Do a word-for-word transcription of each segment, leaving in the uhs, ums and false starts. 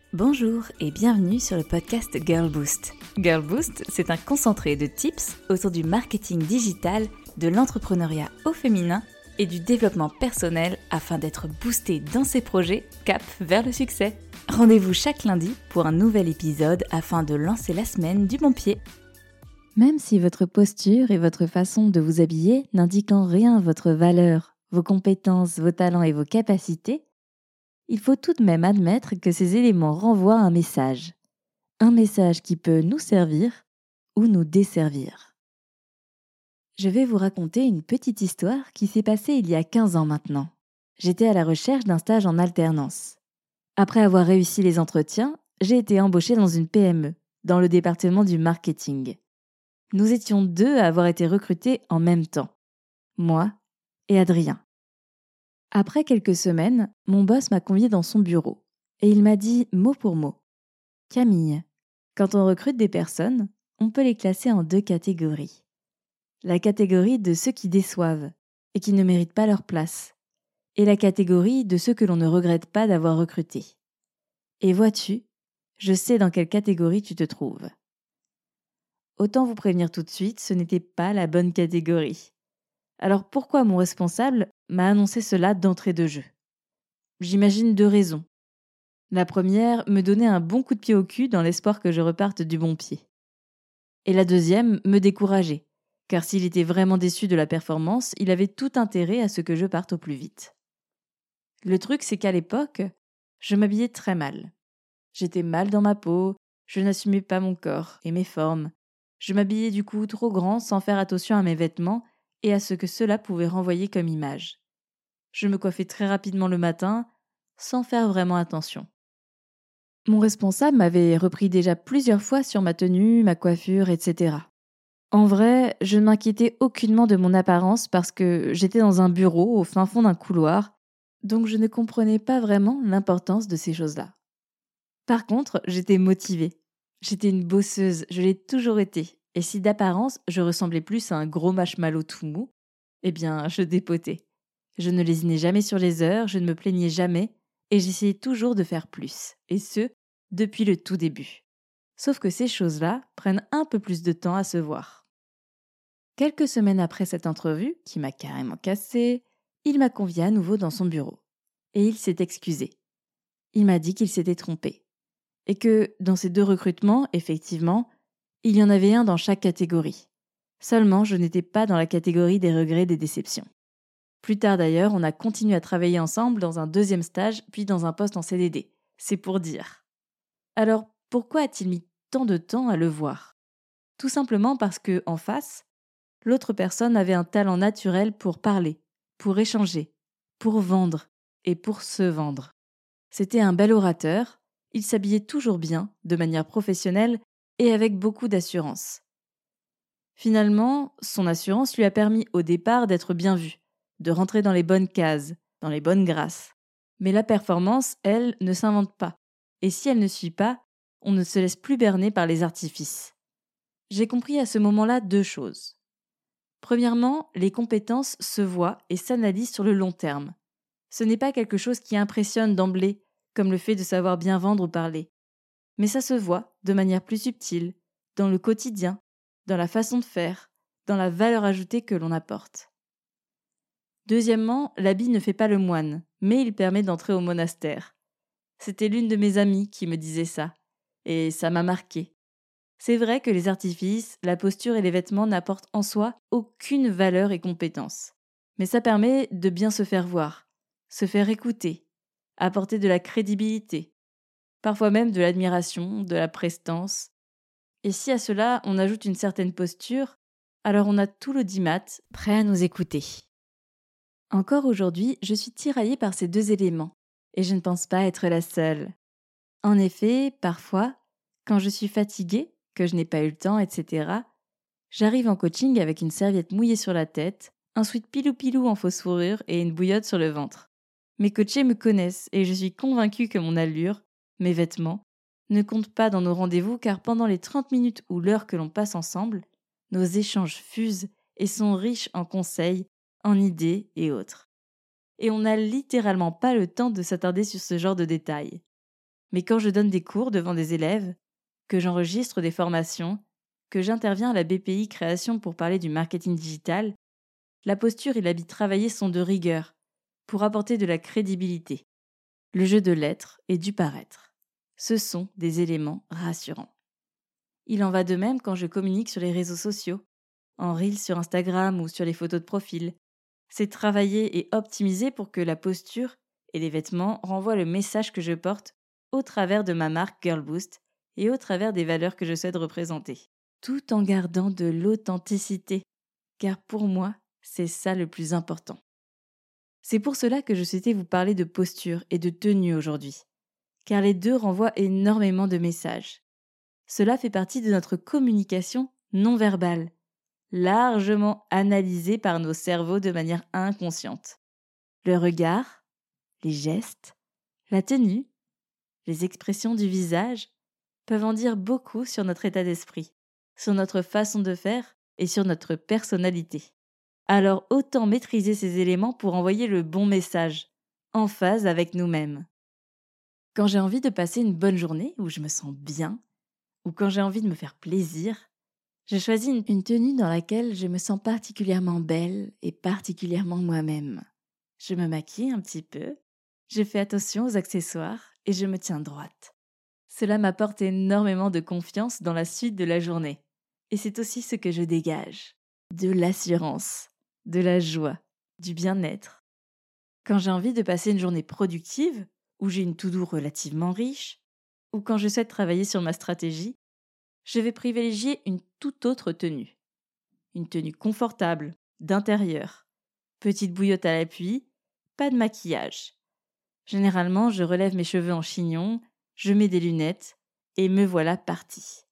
Bonjour et bienvenue sur le podcast Girl Boost. Girl Boost, c'est un concentré de tips autour du marketing digital, de l'entrepreneuriat au féminin et du développement personnel afin d'être boosté dans ses projets cap vers le succès. Rendez-vous chaque lundi pour un nouvel épisode afin de lancer la semaine du bon pied. Même si votre posture et votre façon de vous habiller n'indiquent en rien votre valeur, vos compétences, vos talents et vos capacités, il faut tout de même admettre que ces éléments renvoient un message. Un message qui peut nous servir ou nous desservir. Je vais vous raconter une petite histoire qui s'est passée il y a quinze ans maintenant. J'étais à la recherche d'un stage en alternance. Après avoir réussi les entretiens, j'ai été embauchée dans une P M E, dans le département du marketing. Nous étions deux à avoir été recrutés en même temps. Moi et Adrien. Après quelques semaines, mon boss m'a convié dans son bureau et il m'a dit mot pour mot « Camille, quand on recrute des personnes, on peut les classer en deux catégories. La catégorie de ceux qui déçoivent et qui ne méritent pas leur place et la catégorie de ceux que l'on ne regrette pas d'avoir recrutés. Et vois-tu, je sais dans quelle catégorie tu te trouves. » Autant vous prévenir tout de suite, ce n'était pas la bonne catégorie. Alors pourquoi mon responsable m'a annoncé cela d'entrée de jeu ? J'imagine deux raisons. La première, me donner un bon coup de pied au cul dans l'espoir que je reparte du bon pied. Et la deuxième, me décourager, car s'il était vraiment déçu de la performance, il avait tout intérêt à ce que je parte au plus vite. Le truc, c'est qu'à l'époque, je m'habillais très mal. J'étais mal dans ma peau, je n'assumais pas mon corps et mes formes. Je m'habillais du coup trop grand sans faire attention à mes vêtements et à ce que cela pouvait renvoyer comme image. Je me coiffais très rapidement le matin, sans faire vraiment attention. Mon responsable m'avait repris déjà plusieurs fois sur ma tenue, ma coiffure, et cetera. En vrai, je ne m'inquiétais aucunement de mon apparence parce que j'étais dans un bureau au fin fond d'un couloir, donc je ne comprenais pas vraiment l'importance de ces choses-là. Par contre, j'étais motivée. J'étais une bosseuse, je l'ai toujours été. Et si d'apparence, je ressemblais plus à un gros marshmallow tout mou, eh bien, je dépotais. Je ne lésinais jamais sur les heures, je ne me plaignais jamais, et j'essayais toujours de faire plus, et ce, depuis le tout début. Sauf que ces choses-là prennent un peu plus de temps à se voir. Quelques semaines après cette entrevue, qui m'a carrément cassée, il m'a convié à nouveau dans son bureau. Et il s'est excusé. Il m'a dit qu'il s'était trompé. Et que, dans ces deux recrutements, effectivement, il y en avait un dans chaque catégorie. Seulement, je n'étais pas dans la catégorie des regrets et des déceptions. Plus tard d'ailleurs, on a continué à travailler ensemble dans un deuxième stage, puis dans un poste en C D D. C'est pour dire. Alors, pourquoi a-t-il mis tant de temps à le voir ? Tout simplement parce que, en face, l'autre personne avait un talent naturel pour parler, pour échanger, pour vendre et pour se vendre. C'était un bel orateur, il s'habillait toujours bien, de manière professionnelle et avec beaucoup d'assurance. Finalement, son assurance lui a permis au départ d'être bien vu, de rentrer dans les bonnes cases, dans les bonnes grâces. Mais la performance, elle, ne s'invente pas. Et si elle ne suit pas, on ne se laisse plus berner par les artifices. J'ai compris à ce moment-là deux choses. Premièrement, les compétences se voient et s'analysent sur le long terme. Ce n'est pas quelque chose qui impressionne d'emblée, comme le fait de savoir bien vendre ou parler. Mais ça se voit de manière plus subtile, dans le quotidien, dans la façon de faire, dans la valeur ajoutée que l'on apporte. Deuxièmement, l'habit ne fait pas le moine, mais il permet d'entrer au monastère. C'était l'une de mes amies qui me disait ça, et ça m'a marqué. C'est vrai que les artifices, la posture et les vêtements n'apportent en soi aucune valeur et compétence. Mais ça permet de bien se faire voir, se faire écouter, apporter de la crédibilité, parfois même de l'admiration, de la prestance. Et si à cela on ajoute une certaine posture, alors on a tout l'audimat prêt à nous écouter. Encore aujourd'hui, je suis tiraillée par ces deux éléments, et je ne pense pas être la seule. En effet, parfois, quand je suis fatiguée, que je n'ai pas eu le temps, et cetera, j'arrive en coaching avec une serviette mouillée sur la tête, un sweat pilou-pilou en fausse fourrure et une bouillotte sur le ventre. Mes coachés me connaissent et je suis convaincue que mon allure, mes vêtements, ne comptent pas dans nos rendez-vous car pendant les trente minutes ou l'heure que l'on passe ensemble, nos échanges fusent et sont riches en conseils, en idées et autres. Et on n'a littéralement pas le temps de s'attarder sur ce genre de détails. Mais quand je donne des cours devant des élèves, que j'enregistre des formations, que j'interviens à la B P I Création pour parler du marketing digital, la posture et l'habit travaillé sont de rigueur, pour apporter de la crédibilité. Le jeu de l'être et du paraître. Ce sont des éléments rassurants. Il en va de même quand je communique sur les réseaux sociaux, en Reels sur Instagram ou sur les photos de profil. C'est travaillé et optimisé pour que la posture et les vêtements renvoient le message que je porte au travers de ma marque Girl Boost et au travers des valeurs que je souhaite représenter. Tout en gardant de l'authenticité, car pour moi, c'est ça le plus important. C'est pour cela que je souhaitais vous parler de posture et de tenue aujourd'hui, car les deux renvoient énormément de messages. Cela fait partie de notre communication non verbale, largement analysée par nos cerveaux de manière inconsciente. Le regard, les gestes, la tenue, les expressions du visage peuvent en dire beaucoup sur notre état d'esprit, sur notre façon de faire et sur notre personnalité. Alors autant maîtriser ces éléments pour envoyer le bon message, en phase avec nous-mêmes. Quand j'ai envie de passer une bonne journée, où je me sens bien, ou quand j'ai envie de me faire plaisir, je choisis une, une tenue dans laquelle je me sens particulièrement belle et particulièrement moi-même. Je me maquille un petit peu, je fais attention aux accessoires et je me tiens droite. Cela m'apporte énormément de confiance dans la suite de la journée. Et c'est aussi ce que je dégage. De l'assurance, de la joie, du bien-être. Quand j'ai envie de passer une journée productive, où j'ai une to-do relativement riche, ou quand je souhaite travailler sur ma stratégie, je vais privilégier une toute autre tenue. Une tenue confortable, d'intérieur, petite bouillotte à l'appui, pas de maquillage. Généralement, je relève mes cheveux en chignon, je mets des lunettes, et me voilà partie.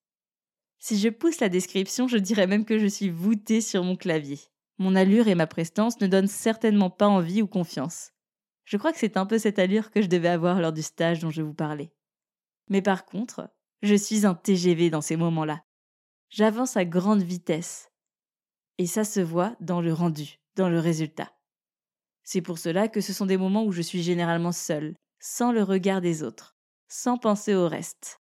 Si je pousse la description, je dirais même que je suis voûtée sur mon clavier. Mon allure et ma prestance ne donnent certainement pas envie ou confiance. Je crois que c'est un peu cette allure que je devais avoir lors du stage dont je vous parlais. Mais par contre, je suis un T G V dans ces moments-là. J'avance à grande vitesse. Et ça se voit dans le rendu, dans le résultat. C'est pour cela que ce sont des moments où je suis généralement seule, sans le regard des autres, sans penser au reste.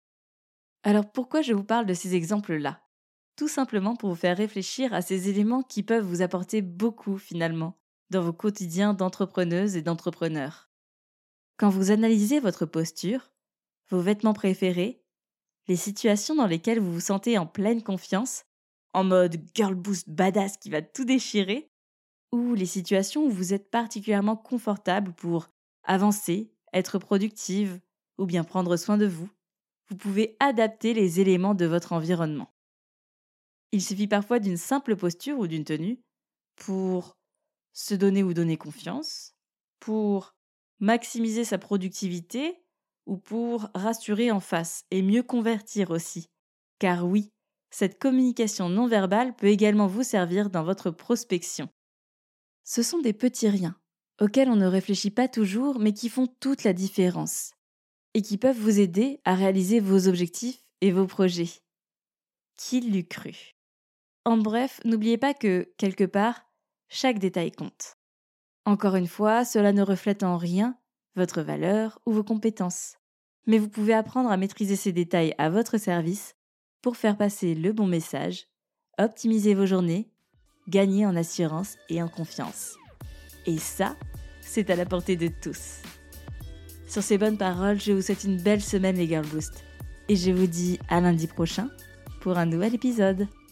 Alors pourquoi je vous parle de ces exemples-là ? Tout simplement pour vous faire réfléchir à ces éléments qui peuvent vous apporter beaucoup finalement dans vos quotidiens d'entrepreneuses et d'entrepreneurs. Quand vous analysez votre posture, vos vêtements préférés, les situations dans lesquelles vous vous sentez en pleine confiance, en mode girl boost badass qui va tout déchirer, ou les situations où vous êtes particulièrement confortable pour avancer, être productive ou bien prendre soin de vous, vous pouvez adapter les éléments de votre environnement. Il suffit parfois d'une simple posture ou d'une tenue pour se donner ou donner confiance, pour maximiser sa productivité ou pour rassurer en face et mieux convertir aussi. Car oui, cette communication non verbale peut également vous servir dans votre prospection. Ce sont des petits riens auxquels on ne réfléchit pas toujours mais qui font toute la différence et qui peuvent vous aider à réaliser vos objectifs et vos projets. Qui l'eût cru ? En bref, n'oubliez pas que, quelque part, chaque détail compte. Encore une fois, cela ne reflète en rien votre valeur ou vos compétences. Mais vous pouvez apprendre à maîtriser ces détails à votre service pour faire passer le bon message, optimiser vos journées, gagner en assurance et en confiance. Et ça, c'est à la portée de tous. Sur ces bonnes paroles, je vous souhaite une belle semaine les Girl Boost. Et je vous dis à lundi prochain pour un nouvel épisode.